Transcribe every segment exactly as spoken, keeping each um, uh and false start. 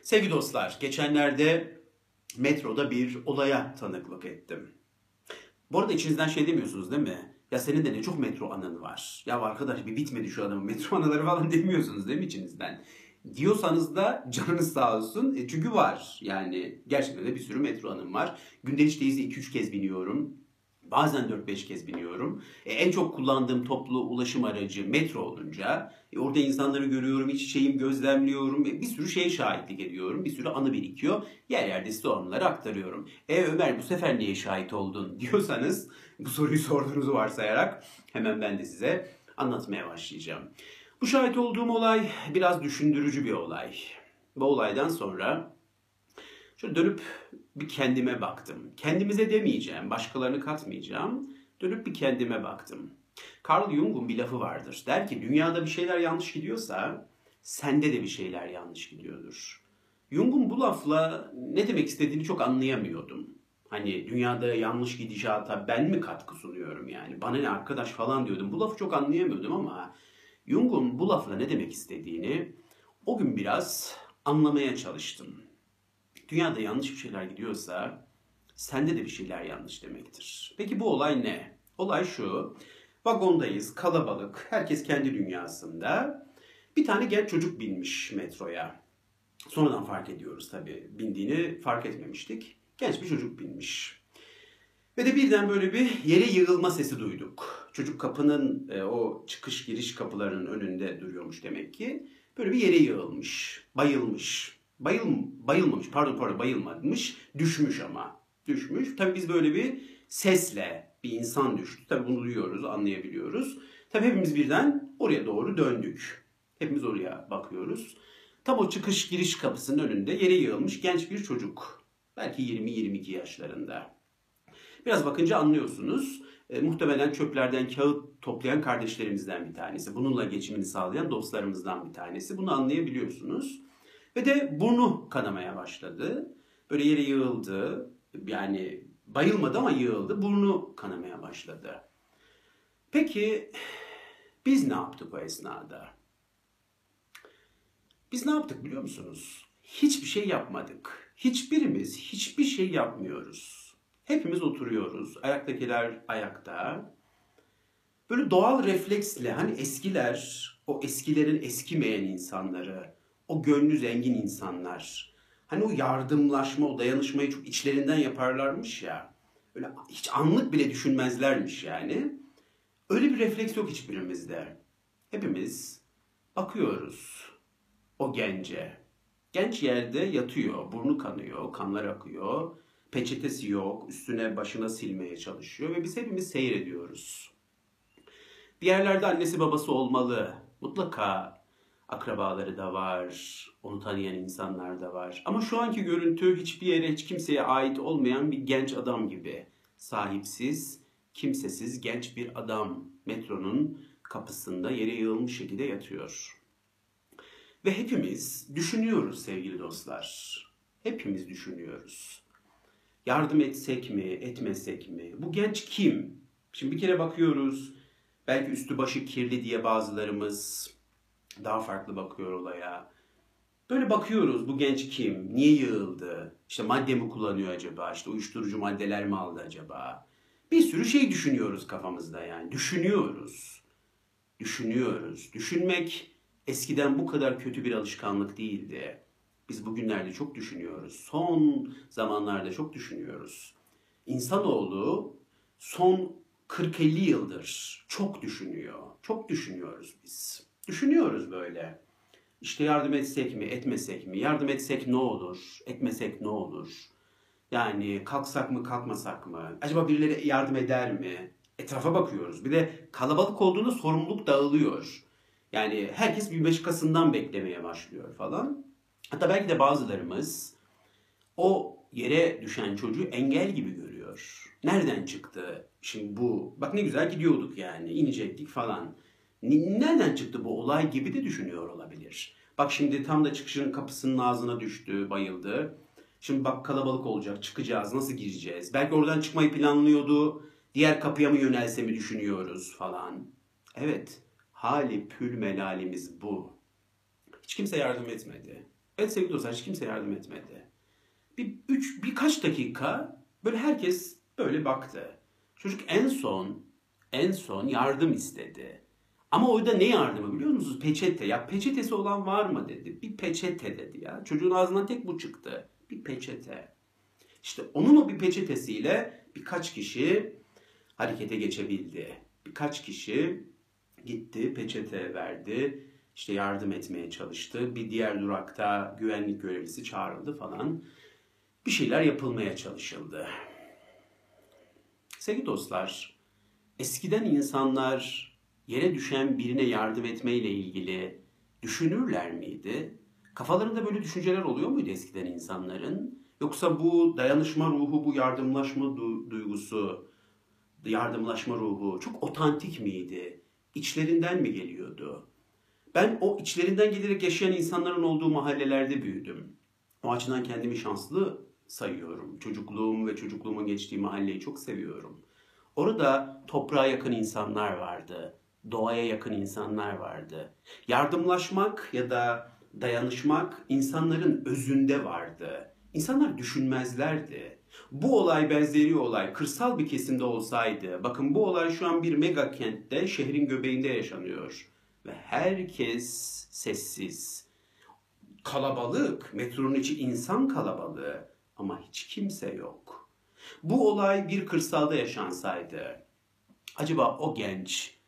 Sevgili dostlar, geçenlerde metroda bir olaya tanıklık ettim. Bu arada içinizden şey demiyorsunuz değil mi? Ya senin de ne çok metro anın var. Ya arkadaş bir bitmedi şu adamın metro anıları falan demiyorsunuz değil mi içinizden? Diyorsanız da canınız sağ olsun. E çünkü var. Yani gerçekten de bir sürü metro anım var. Günde hiç değilse iki üç kez biniyorum. Bazen dört beş kez biniyorum. E, en çok kullandığım toplu ulaşım aracı metro olunca e, orada insanları görüyorum, iç içeyim, gözlemliyorum. E, bir sürü şeye şahitlik ediyorum. Bir sürü anı birikiyor. Yer yerde size o anıları aktarıyorum. E Ömer bu sefer niye şahit oldun diyorsanız bu soruyu sorduğunuzu varsayarak hemen ben de size anlatmaya başlayacağım. Bu şahit olduğum olay biraz düşündürücü bir olay. Bu olaydan sonra şöyle dönüp bir kendime baktım. Kendimize demeyeceğim, başkalarını katmayacağım. Dönüp bir kendime baktım. Carl Jung'un bir lafı vardır. Der ki dünyada bir şeyler yanlış gidiyorsa sende de bir şeyler yanlış gidiyordur. Jung'un bu lafla ne demek istediğini çok anlayamıyordum. Hani dünyada yanlış gidişata ben mi katkı sunuyorum yani? Bana ne arkadaş falan diyordum. Bu lafı çok anlayamıyordum ama Jung'un bu lafla ne demek istediğini o gün biraz anlamaya çalıştım. Dünyada yanlış bir şeyler gidiyorsa sende de bir şeyler yanlış demektir. Peki bu olay ne? Olay şu. Vagondayız, kalabalık, herkes kendi dünyasında. Bir tane genç çocuk binmiş metroya. Sonradan fark ediyoruz tabii. Bindiğini fark etmemiştik. Genç bir çocuk binmiş. Ve de birden böyle bir yere yığılma sesi duyduk. Çocuk kapının e, o çıkış giriş kapılarının önünde duruyormuş demek ki. Böyle bir yere yığılmış, bayılmış. Bayıl, bayılmamış, pardon pardon bayılmamış, düşmüş ama. Düşmüş. Tabii biz böyle bir sesle bir insan düştü. Tabii bunu duyuyoruz, anlayabiliyoruz. Tabii hepimiz birden oraya doğru döndük. Hepimiz oraya bakıyoruz. Tam o çıkış giriş kapısının önünde yere yığılmış genç bir çocuk. Belki yirmi yirmi iki yaşlarında. Biraz bakınca anlıyorsunuz. E, muhtemelen çöplerden kağıt toplayan kardeşlerimizden bir tanesi. Bununla geçimini sağlayan dostlarımızdan bir tanesi. Bunu anlayabiliyorsunuz. Ve de burnu kanamaya başladı. Böyle yere yığıldı. Yani bayılmadı ama yığıldı. Burnu kanamaya başladı. Peki biz ne yaptık o esnada? Biz ne yaptık biliyor musunuz? Hiçbir şey yapmadık. Hiçbirimiz hiçbir şey yapmıyoruz. Hepimiz oturuyoruz. Ayaktakiler ayakta. Böyle doğal refleksle hani eskiler, o eskilerin eskimeyen insanları, o gönlü zengin insanlar, hani o yardımlaşma, o dayanışmayı çok içlerinden yaparlarmış ya. Öyle hiç anlık bile düşünmezlermiş yani. Öyle bir refleks yok hiçbirimizde. Hepimiz bakıyoruz o gence. Genç yerde yatıyor, burnu kanıyor, kanlar akıyor. Peçetesi yok, üstüne başına silmeye çalışıyor ve biz hepimiz seyrediyoruz. Bir yerlerde annesi babası olmalı. Mutlaka akrabaları da var, onu tanıyan insanlar da var. Ama şu anki görüntü hiçbir yere, hiç kimseye ait olmayan bir genç adam gibi. Sahipsiz, kimsesiz genç bir adam metronun kapısında yere yığılmış şekilde yatıyor. Ve hepimiz düşünüyoruz sevgili dostlar. Hepimiz düşünüyoruz. Yardım etsek mi, etmesek mi? Bu genç kim? Şimdi bir kere bakıyoruz. Belki üstü başı kirli diye bazılarımız daha farklı bakıyor olaya. Böyle bakıyoruz bu genç kim? Niye yığıldı? İşte madde mi kullanıyor acaba? İşte uyuşturucu maddeler mi aldı acaba? Bir sürü şey düşünüyoruz kafamızda yani. Düşünüyoruz. Düşünüyoruz. Düşünmek eskiden bu kadar kötü bir alışkanlık değildi. Biz bugünlerde çok düşünüyoruz. Son zamanlarda çok düşünüyoruz. İnsanoğlu son kırk elli yıldır çok düşünüyor. Çok düşünüyoruz biz. Düşünüyoruz böyle. İşte yardım etsek mi, etmesek mi? Yardım etsek ne olur? Etmesek ne olur? Yani kalksak mı, kalkmasak mı? Acaba birileri yardım eder mi? Etrafa bakıyoruz. Bir de kalabalık olduğunda sorumluluk dağılıyor. Yani herkes bir başkasından beklemeye başlıyor falan. Hatta belki de bazılarımız o yere düşen çocuğu engel gibi görüyor. Nereden çıktı şimdi bu? Bak ne güzel gidiyorduk yani, inecektik falan. Nereden çıktı bu olay gibi de düşünüyor olabilir. Bak şimdi tam da çıkışın kapısının ağzına düştü, bayıldı. Şimdi bak kalabalık olacak, çıkacağız, nasıl gireceğiz? Belki oradan çıkmayı planlıyordu. Diğer kapıya mı yönelse mi düşünüyoruz falan. Evet, hali pül melalimiz bu. Hiç kimse yardım etmedi. Evet sevgili dostlar, hiç kimse yardım etmedi. Bir üç, birkaç dakika böyle herkes böyle baktı. Çocuk en son, en son yardım istedi. Ama orada ne yardımı biliyor musunuz? Peçete. Ya peçetesi olan var mı dedi. Bir peçete dedi ya. Çocuğun ağzından tek bu çıktı. Bir peçete. İşte onun o bir peçetesiyle birkaç kişi harekete geçebildi. Birkaç kişi gitti, peçete verdi, işte yardım etmeye çalıştı. Bir diğer durakta güvenlik görevlisi çağrıldı falan. Bir şeyler yapılmaya çalışıldı. Sevgili dostlar, eskiden insanlar yere düşen birine yardım etmeyle ilgili düşünürler miydi? Kafalarında böyle düşünceler oluyor muydu eskiden insanların? Yoksa bu dayanışma ruhu, bu yardımlaşma du- duygusu, yardımlaşma ruhu çok otantik miydi? İçlerinden mi geliyordu? Ben o içlerinden gelerek yaşayan insanların olduğu mahallelerde büyüdüm. O açıdan kendimi şanslı sayıyorum. Çocukluğum ve çocukluğumun geçtiği mahalleyi çok seviyorum. Orada toprağa yakın insanlar vardı. Doğaya yakın insanlar vardı. Yardımlaşmak ya da dayanışmak insanların özünde vardı. İnsanlar düşünmezlerdi. Bu olay, benzeri olay kırsal bir kesimde olsaydı, bakın bu olay şu an bir mega kentte, şehrin göbeğinde yaşanıyor. Ve herkes sessiz. Kalabalık, metronun içi insan kalabalığı ama hiç kimse yok. Bu olay bir kırsalda yaşansaydı, acaba o genç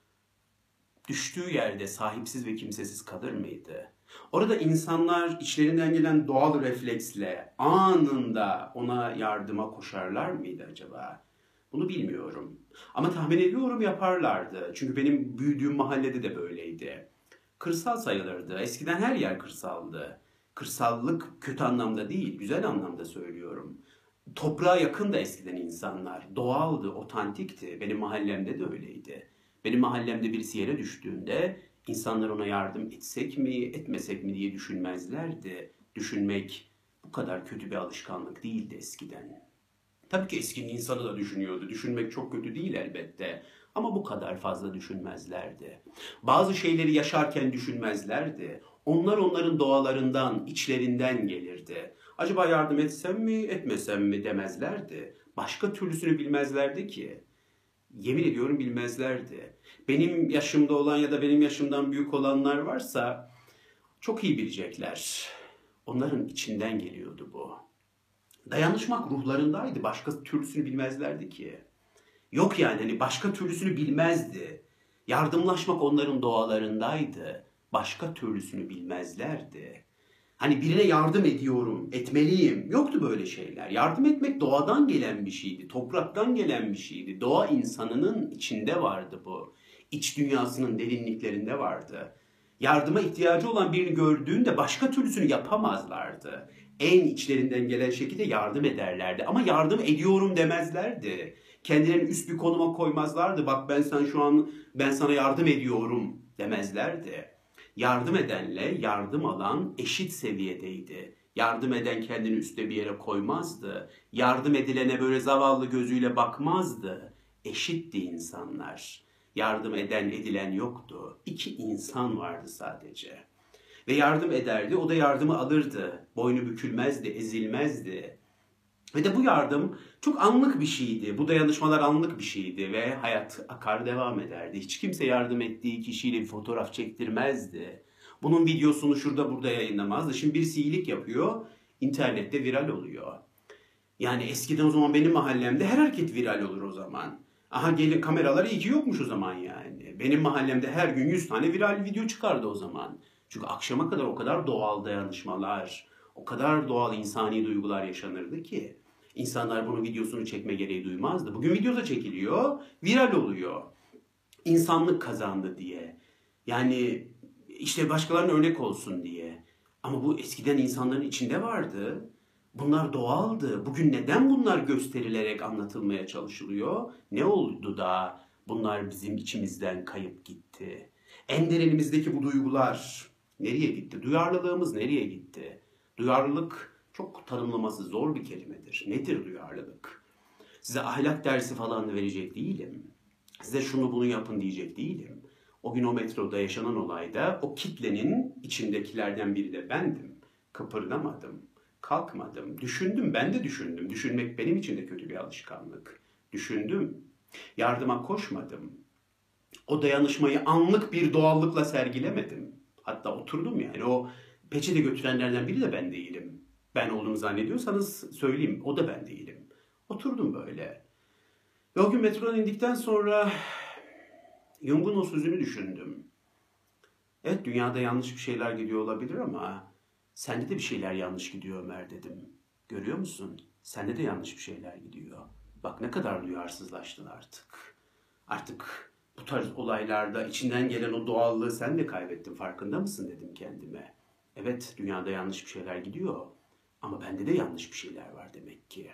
düştüğü yerde sahipsiz ve kimsesiz kalır mıydı? Orada insanlar içlerinden gelen doğal refleksle anında ona yardıma koşarlar mıydı acaba? Bunu bilmiyorum. Ama tahmin ediyorum yaparlardı. Çünkü benim büyüdüğüm mahallede de böyleydi. Kırsal sayılırdı. Eskiden her yer kırsaldı. Kırsallık kötü anlamda değil, güzel anlamda söylüyorum. Toprağa yakın da eskiden insanlar. Doğaldı, otantikti. Benim mahallemde de öyleydi. Benim mahallemde birisi yere düştüğünde insanlar ona yardım etsek mi, etmesek mi diye düşünmezlerdi. Düşünmek bu kadar kötü bir alışkanlık değildi eskiden. Tabii ki eskinin insanı da düşünüyordu. Düşünmek çok kötü değil elbette. Ama bu kadar fazla düşünmezlerdi. Bazı şeyleri yaşarken düşünmezlerdi. Onlar onların doğalarından, içlerinden gelirdi. Acaba yardım etsem mi, etmesem mi demezlerdi. Başka türlüsünü bilmezlerdi ki. Yemin ediyorum bilmezlerdi. Benim yaşımda olan ya da benim yaşımdan büyük olanlar varsa çok iyi bilecekler. Onların içinden geliyordu bu. Dayanışmak ruhlarındaydı. Başka türlüsünü bilmezlerdi ki. Yok yani hani başka türlüsünü bilmezdi. Yardımlaşmak onların doğalarındaydı. Başka türlüsünü bilmezlerdi. Hani birine yardım ediyorum, etmeliyim. Yoktu böyle şeyler. Yardım etmek doğadan gelen bir şeydi. Topraktan gelen bir şeydi. Doğa insanının içinde vardı bu. İç dünyasının derinliklerinde vardı. Yardıma ihtiyacı olan birini gördüğünde başka türlüsünü yapamazlardı. En içlerinden gelen şekilde yardım ederlerdi. Ama yardım ediyorum demezlerdi. Kendilerini üst bir konuma koymazlardı. Bak ben sen şu an ben sana yardım ediyorum demezlerdi. Yardım edenle yardım alan eşit seviyedeydi. Yardım eden kendini üstte bir yere koymazdı. Yardım edilene böyle zavallı gözüyle bakmazdı. Eşitti insanlar. Yardım eden edilen yoktu. İki insan vardı sadece. Ve yardım ederdi, o da yardımı alırdı. Boynu bükülmezdi, ezilmezdi. Ve de bu yardım çok anlık bir şeydi. Bu dayanışmalar anlık bir şeydi ve hayat akar devam ederdi. Hiç kimse yardım ettiği kişiyle bir fotoğraf çektirmezdi. Bunun videosunu şurada burada yayınlamazdı. Şimdi birisi iyilik yapıyor, internette viral oluyor. Yani eskiden o zaman benim mahallemde her hareket viral olur o zaman. Aha gelin kameralar iyi ki yokmuş o zaman yani. Benim mahallemde her gün yüz tane viral video çıkardı o zaman. Çünkü akşama kadar o kadar doğal dayanışmalar, o kadar doğal insani duygular yaşanırdı ki insanlar bunun videosunu çekme gereği duymazdı. Bugün video da çekiliyor, viral oluyor. İnsanlık kazandı diye. Yani işte başkalarına örnek olsun diye. Ama bu eskiden insanların içinde vardı. Bunlar doğaldı. Bugün neden bunlar gösterilerek anlatılmaya çalışılıyor? Ne oldu da bunlar bizim içimizden kayıp gitti? En derinimizdeki bu duygular nereye gitti? Duyarlılığımız nereye gitti? Duyarlılık çok tanımlaması zor bir kelimedir. Nedir duyarlılık? Size ahlak dersi falan verecek değilim. Size şunu bunu yapın diyecek değilim. O gün o metroda yaşanan olayda o kitlenin içindekilerden biri de bendim. Kıpırdamadım. Kalkmadım. Düşündüm. Ben de düşündüm. Düşünmek benim için de kötü bir alışkanlık. Düşündüm. Yardıma koşmadım. O dayanışmayı anlık bir doğallıkla sergilemedim. Hatta oturdum yani. O peçete götürenlerden biri de ben değilim. Ben olduğumu zannediyorsanız söyleyeyim. O da ben değilim. Oturdum böyle. Ve o gün metrodan indikten sonra Jung'un o sözünü düşündüm. Evet, dünyada yanlış bir şeyler gidiyor olabilir ama sende de bir şeyler yanlış gidiyor Ömer dedim. Görüyor musun? Sende de yanlış bir şeyler gidiyor. Bak ne kadar duyarsızlaştın artık. Artık bu tarz olaylarda içinden gelen o doğallığı sen de kaybettin. Farkında mısın dedim kendime. Evet, dünyada yanlış bir şeyler gidiyor. Ama bende de yanlış bir şeyler var demek ki.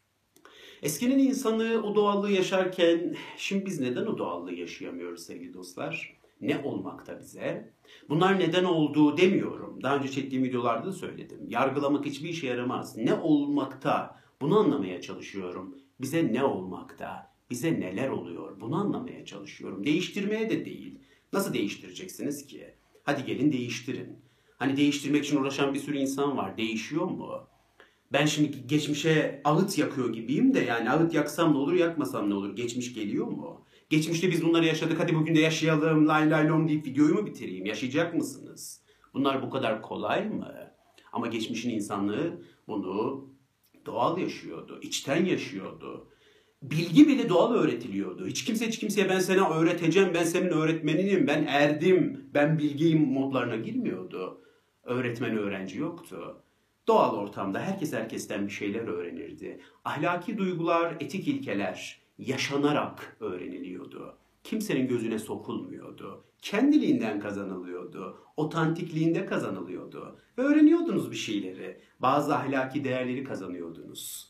Eskinin insanı o doğallığı yaşarken şimdi biz neden o doğallığı yaşayamıyoruz sevgili dostlar? Ne olmakta bize? Bunlar neden olduğu demiyorum. Daha önce çektiğim videolarda da söyledim. Yargılamak hiçbir işe yaramaz. Ne olmakta? Bunu anlamaya çalışıyorum. Bize ne olmakta? Bize neler oluyor? Bunu anlamaya çalışıyorum. Değiştirmeye de değil. Nasıl değiştireceksiniz ki? Hadi gelin değiştirin. Hani değiştirmek için uğraşan bir sürü insan var. Değişiyor mu? Ben şimdi geçmişe ağıt yakıyor gibiyim de yani ağıt yaksam ne olur, yakmasam ne olur? Geçmiş geliyor mu? Geçmişte biz bunları yaşadık, hadi bugün de yaşayalım, lay lay lom deyip videoyu mu bitireyim? Yaşayacak mısınız? Bunlar bu kadar kolay mı? Ama geçmişin insanlığı bunu doğal yaşıyordu, içten yaşıyordu. Bilgi bile doğal öğretiliyordu. Hiç kimse hiç kimseye ben sana öğreteceğim, ben senin öğretmeninim, ben erdim, ben bilgiyim modlarına girmiyordu. Öğretmen öğrenci yoktu. Doğal ortamda herkes herkesten bir şeyler öğrenirdi. Ahlaki duygular, etik ilkeler yaşanarak öğreniliyordu. Kimsenin gözüne sokulmuyordu. Kendiliğinden kazanılıyordu. Otantikliğinde kazanılıyordu. Ve öğreniyordunuz bir şeyleri. Bazı ahlaki değerleri kazanıyordunuz.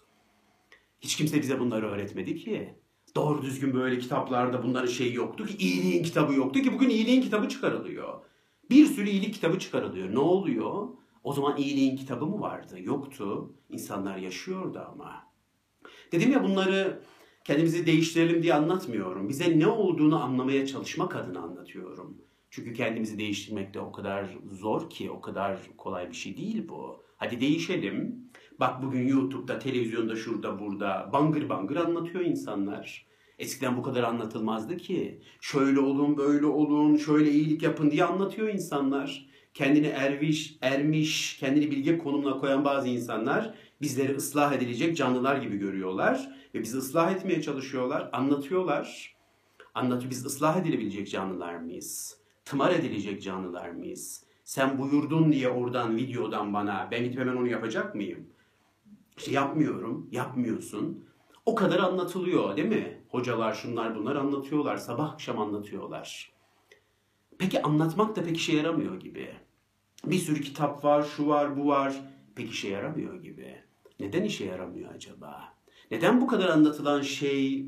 Hiç kimse bize bunları öğretmedi ki. Doğru düzgün böyle kitaplarda bunların şeyi yoktu ki. İyiliğin kitabı yoktu ki. Bugün iyiliğin kitabı çıkarılıyor. Bir sürü iyilik kitabı çıkarılıyor. Ne oluyor? O zaman iyiliğin kitabı mı vardı? Yoktu. İnsanlar yaşıyordu ama. Dedim ya, bunları kendimizi değiştirelim diye anlatmıyorum. Bize ne olduğunu anlamaya çalışmak adına anlatıyorum. Çünkü kendimizi değiştirmek de o kadar zor ki, o kadar kolay bir şey değil bu. Hadi değişelim. Bak bugün YouTube'da, televizyonda, şurada, burada bangır bangır anlatıyor insanlar. Eskiden bu kadar anlatılmazdı ki. Şöyle olun, böyle olun, şöyle iyilik yapın diye anlatıyor insanlar. Kendini ermiş, ermiş, kendini bilge konumuna koyan bazı insanlar bizleri ıslah edilecek canlılar gibi görüyorlar. Ve bizi ıslah etmeye çalışıyorlar, anlatıyorlar. Anlatıyor, biz ıslah edilebilecek canlılar mıyız? Tımar edilecek canlılar mıyız? Sen buyurdun diye oradan, videodan bana, ben gidip hemen onu yapacak mıyım? İşte yapmıyorum, yapmıyorsun. O kadar anlatılıyor değil mi? Hocalar şunlar bunlar anlatıyorlar, sabah akşam anlatıyorlar. Peki anlatmak da pek işe yaramıyor gibi. Bir sürü kitap var, şu var, bu var. Pek işe yaramıyor gibi. Neden işe yaramıyor acaba? Neden bu kadar anlatılan şey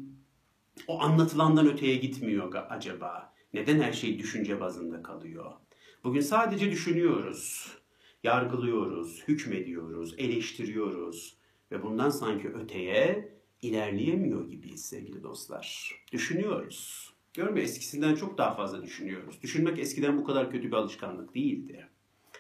o anlatılandan öteye gitmiyor acaba? Neden her şey düşünce bazında kalıyor? Bugün sadece düşünüyoruz, yargılıyoruz, hükmediyoruz, eleştiriyoruz ve bundan sanki öteye ilerleyemiyor gibiyiz sevgili dostlar. Düşünüyoruz. Görmüyor, eskisinden çok daha fazla düşünüyoruz. Düşünmek eskiden bu kadar kötü bir alışkanlık değildi.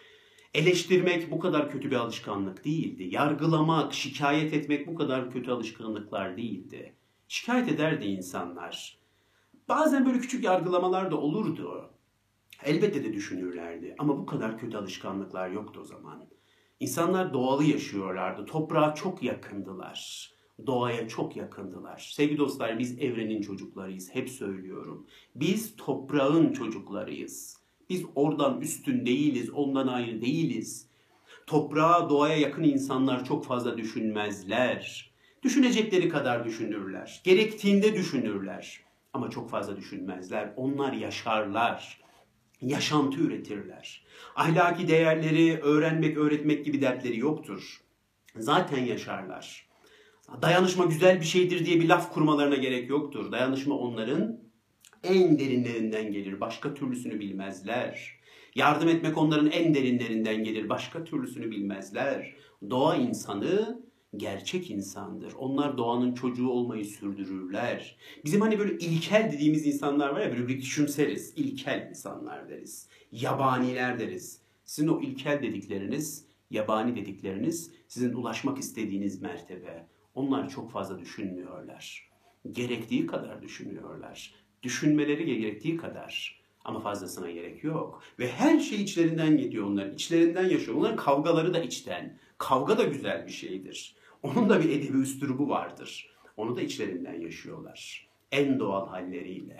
Eleştirmek bu kadar kötü bir alışkanlık değildi. Yargılamak, şikayet etmek bu kadar kötü alışkanlıklar değildi. Şikayet ederdi insanlar. Bazen böyle küçük yargılamalar da olurdu. Elbette de düşünürlerdi ama bu kadar kötü alışkanlıklar yoktu o zaman. İnsanlar doğalı yaşıyorlardı. Toprağa çok yakındılar. Doğaya çok yakındılar. Sevgili dostlar, biz evrenin çocuklarıyız. Hep söylüyorum. Biz toprağın çocuklarıyız. Biz oradan üstün değiliz, ondan ayrı değiliz. Toprağa, doğaya yakın insanlar çok fazla düşünmezler. Düşünecekleri kadar düşünürler. Gerektiğinde düşünürler. Ama çok fazla düşünmezler. Onlar yaşarlar. Yaşantı üretirler. Ahlaki değerleri öğrenmek, öğretmek gibi dertleri yoktur. Zaten yaşarlar. Dayanışma güzel bir şeydir diye bir laf kurmalarına gerek yoktur. Dayanışma onların en derinlerinden gelir. Başka türlüsünü bilmezler. Yardım etmek onların en derinlerinden gelir. Başka türlüsünü bilmezler. Doğa insanı gerçek insandır. Onlar doğanın çocuğu olmayı sürdürürler. Bizim hani böyle ilkel dediğimiz insanlar var ya, böyle bir küçümseriz. İlkel insanlar deriz. Yabaniler deriz. Sizin o ilkel dedikleriniz Yabani dedikleriniz sizin ulaşmak istediğiniz mertebe. Onlar çok fazla düşünmüyorlar. Gerektiği kadar düşünüyorlar. Düşünmeleri gerektiği kadar. Ama fazlasına gerek yok. Ve her şey içlerinden gidiyor onların. İçlerinden yaşıyor. Onların kavgaları da içten. Kavga da güzel bir şeydir. Onun da bir edebi üslubu vardır. Onu da içlerinden yaşıyorlar. En doğal halleriyle.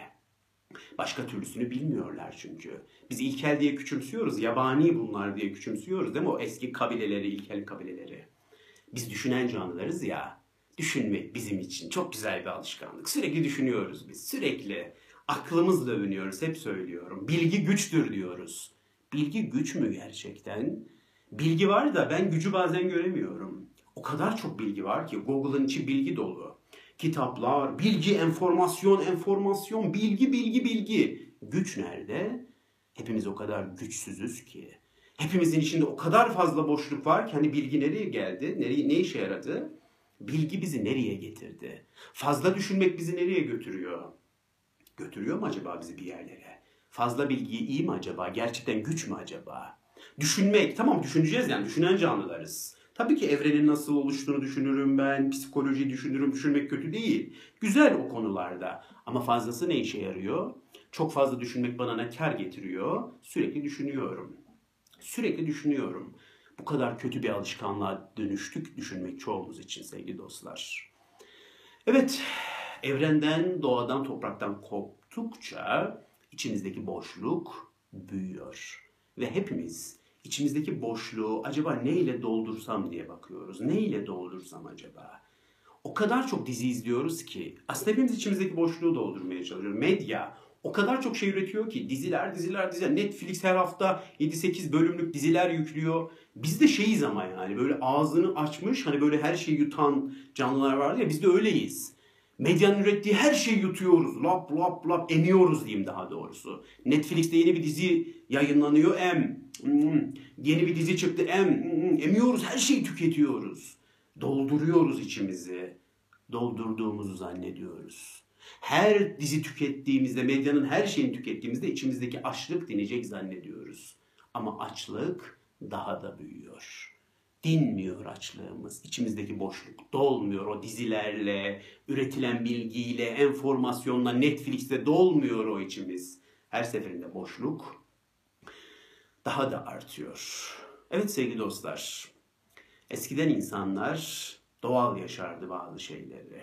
Başka türlüsünü bilmiyorlar çünkü. Biz ilkel diye küçümsüyoruz. Yabani bunlar diye küçümsüyoruz değil mi? O eski kabileleri, ilkel kabileleri. Biz düşünen canlılarız ya. Düşünmek bizim için çok güzel bir alışkanlık. Sürekli düşünüyoruz biz. Sürekli. Aklımızla övünüyoruz. Hep söylüyorum. Bilgi güçtür diyoruz. Bilgi güç mü gerçekten? Bilgi var da ben gücü bazen göremiyorum. O kadar çok bilgi var ki Google'ın içi bilgi dolu. Kitaplar, bilgi, enformasyon, enformasyon, bilgi, bilgi, bilgi. Güç nerede? Hepimiz o kadar güçsüzüz ki. Hepimizin içinde o kadar fazla boşluk var ki hani bilgi nereye geldi? Nereye, ne işe yaradı? Bilgi bizi nereye getirdi? Fazla düşünmek bizi nereye götürüyor? Götürüyor mu acaba bizi bir yerlere? Fazla bilgi iyi mi acaba? Gerçekten güç mü acaba? Düşünmek, tamam düşüneceğiz yani düşünen canlılarız. Tabii ki evrenin nasıl oluştuğunu düşünürüm ben, psikolojiyi düşünürüm, düşünmek kötü değil. Güzel o konularda. Ama fazlası ne işe yarıyor? Çok fazla düşünmek bana ne kar getiriyor? Sürekli düşünüyorum. Sürekli düşünüyorum. Bu kadar kötü bir alışkanlığa dönüştük düşünmek çoğumuz için sevgili dostlar. Evet, evrenden, doğadan, topraktan koptukça içimizdeki boşluk büyüyor. Ve hepimiz içimizdeki boşluğu acaba neyle doldursam diye bakıyoruz. Neyle doldursam acaba? O kadar çok dizi izliyoruz ki aslında hepimiz içimizdeki boşluğu doldurmaya çalışıyoruz. Medya o kadar çok şey üretiyor ki diziler, diziler, diziler. Netflix her hafta yedi sekiz bölümlük diziler yüklüyor. Biz de şeyiz ama yani böyle ağzını açmış hani böyle her şeyi yutan canlılar vardı ya biz de öyleyiz. Medyanın ürettiği her şeyi yutuyoruz. Lap lap lap emiyoruz diyeyim daha doğrusu. Netflix'te yeni bir dizi yayınlanıyor. Em. Yeni bir dizi çıktı. Em. Emiyoruz. Her şeyi tüketiyoruz. Dolduruyoruz içimizi. Doldurduğumuzu zannediyoruz. Her dizi tükettiğimizde, medyanın her şeyini tükettiğimizde içimizdeki açlık dinecek zannediyoruz. Ama açlık daha da büyüyor. Dinmiyor açlığımız. İçimizdeki boşluk dolmuyor o dizilerle, üretilen bilgiyle, enformasyonla, Netflix'te dolmuyor o içimiz. Her seferinde boşluk daha da artıyor. Evet sevgili dostlar, eskiden insanlar doğal yaşardı bazı şeyleri.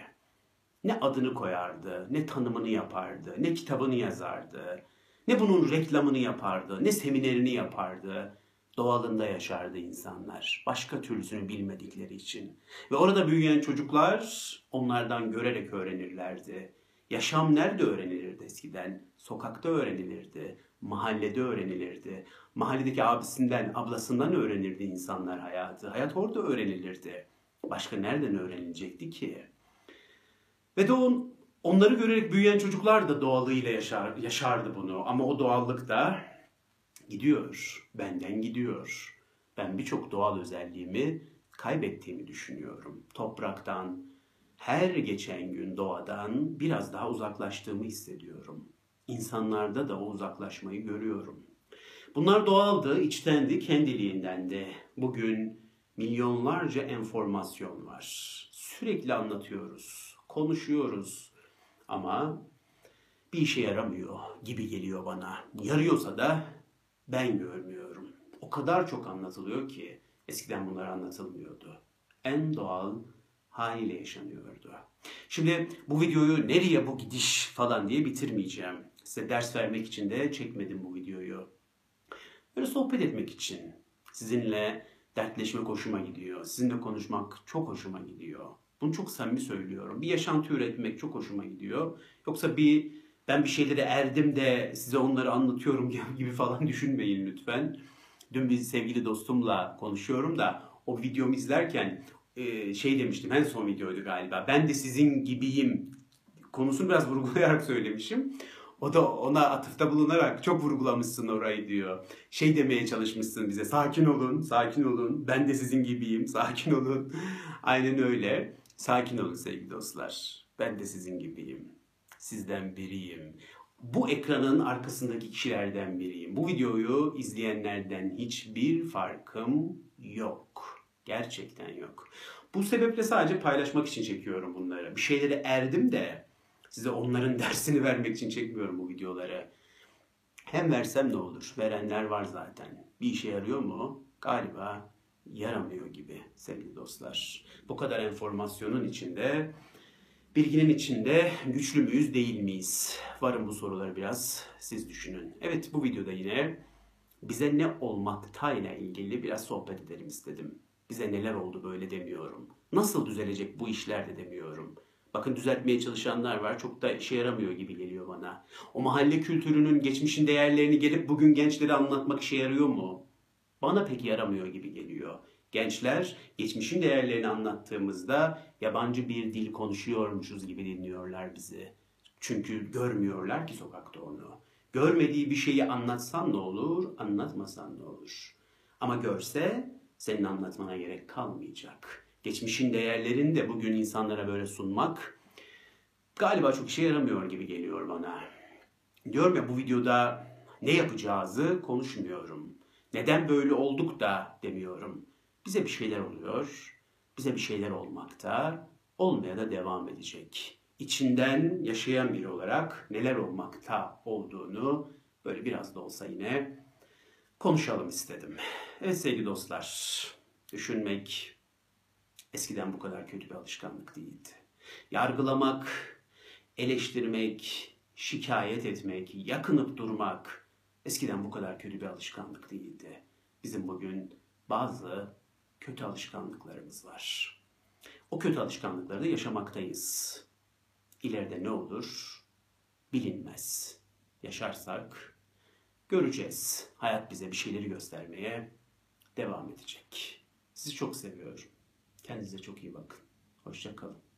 Ne adını koyardı, ne tanımını yapardı, ne kitabını yazardı, ne bunun reklamını yapardı, ne seminerini yapardı. Doğalında yaşardı insanlar. Başka türlüsünü bilmedikleri için. Ve orada büyüyen çocuklar onlardan görerek öğrenirlerdi. Yaşam nerede öğrenilirdi eskiden? Sokakta öğrenilirdi. Mahallede öğrenilirdi. Mahalledeki abisinden, ablasından öğrenirdi insanlar hayatı. Hayat orada öğrenilirdi. Başka nereden öğrenilecekti ki? Ve de on, onları görerek büyüyen çocuklar da doğalıyla yaşar, yaşardı bunu. Ama o doğallık da gidiyor, benden gidiyor. Ben birçok doğal özelliğimi kaybettiğimi düşünüyorum. Topraktan, her geçen gün doğadan biraz daha uzaklaştığımı hissediyorum. İnsanlarda da o uzaklaşmayı görüyorum. Bunlar doğaldı, içtendi, kendiliğindendi. Bugün milyonlarca enformasyon var. Sürekli anlatıyoruz, konuşuyoruz ama bir işe yaramıyor gibi geliyor bana. Yarıyorsa da ben görmüyorum. O kadar çok anlatılıyor ki eskiden bunlar anlatılmıyordu. En doğal haliyle yaşanıyordu. Şimdi bu videoyu nereye bu gidiş falan diye bitirmeyeceğim. Size ders vermek için de çekmedim bu videoyu. Böyle sohbet etmek için. Sizinle dertleşmek hoşuma gidiyor. Sizinle konuşmak çok hoşuma gidiyor. Bunu çok samimi söylüyorum. Bir yaşantı üretmek çok hoşuma gidiyor. Yoksa bir ben bir şeylere erdim de size onları anlatıyorum gibi falan düşünmeyin lütfen. Dün bir sevgili dostumla konuşuyorum da o videomu izlerken şey demiştim. En son videoydu galiba. Ben de sizin gibiyim konusunu biraz vurgulayarak söylemişim. O da ona atıfta bulunarak çok vurgulamışsın orayı diyor. Şey demeye çalışmışsın bize. Sakin olun, sakin olun. Ben de sizin gibiyim. Sakin olun. Aynen öyle. Sakin olun sevgili dostlar. Ben de sizin gibiyim. Sizden biriyim. Bu ekranın arkasındaki kişilerden biriyim. Bu videoyu izleyenlerden hiçbir farkım yok. Gerçekten yok. Bu sebeple sadece paylaşmak için çekiyorum bunları. Bir şeylere erdim de size onların dersini vermek için çekmiyorum bu videoları. Hem versem ne olur? Verenler var zaten. Bir işe yarıyor mu? Galiba yaramıyor gibi sevgili dostlar. Bu kadar enformasyonun içinde, bilginin içinde güçlü müyüz, değil miyiz? Varın bu soruları biraz siz düşünün. Evet, bu videoda yine bize ne olmaktayla ilgili biraz sohbet edelim istedim. Bize neler oldu böyle demiyorum. Nasıl düzelecek bu işler de demiyorum. Bakın düzeltmeye çalışanlar var. Çok da işe yaramıyor gibi geliyor bana. O mahalle kültürünün, geçmişin değerlerini gelip bugün gençlere anlatmak işe yarıyor mu? Bana pek yaramıyor gibi geliyor. Gençler geçmişin değerlerini anlattığımızda yabancı bir dil konuşuyormuşuz gibi dinliyorlar bizi. Çünkü görmüyorlar ki sokakta onu. Görmediği bir şeyi anlatsan ne olur, anlatmasan ne olur. Ama görse senin anlatmana gerek kalmayacak. Geçmişin değerlerini de bugün insanlara böyle sunmak galiba çok işe yaramıyor gibi geliyor bana. Diyorum ya, bu videoda ne yapacağızı konuşmuyorum. Neden böyle olduk da demiyorum. Bize bir şeyler oluyor, bize bir şeyler olmakta, olmaya da devam edecek. İçinden yaşayan biri olarak neler olmakta olduğunu böyle biraz da olsa yine konuşalım istedim. Evet sevgili dostlar, düşünmek eskiden bu kadar kötü bir alışkanlık değildi. Yargılamak, eleştirmek, şikayet etmek, yakınıp durmak eskiden bu kadar kötü bir alışkanlık değildi. Bizim bugün bazı kötü alışkanlıklarımız var. O kötü alışkanlıkları da yaşamaktayız. İleride ne olur bilinmez. Yaşarsak göreceğiz. Hayat bize bir şeyleri göstermeye devam edecek. Sizi çok seviyorum. Kendinize çok iyi bakın. Hoşça kalın.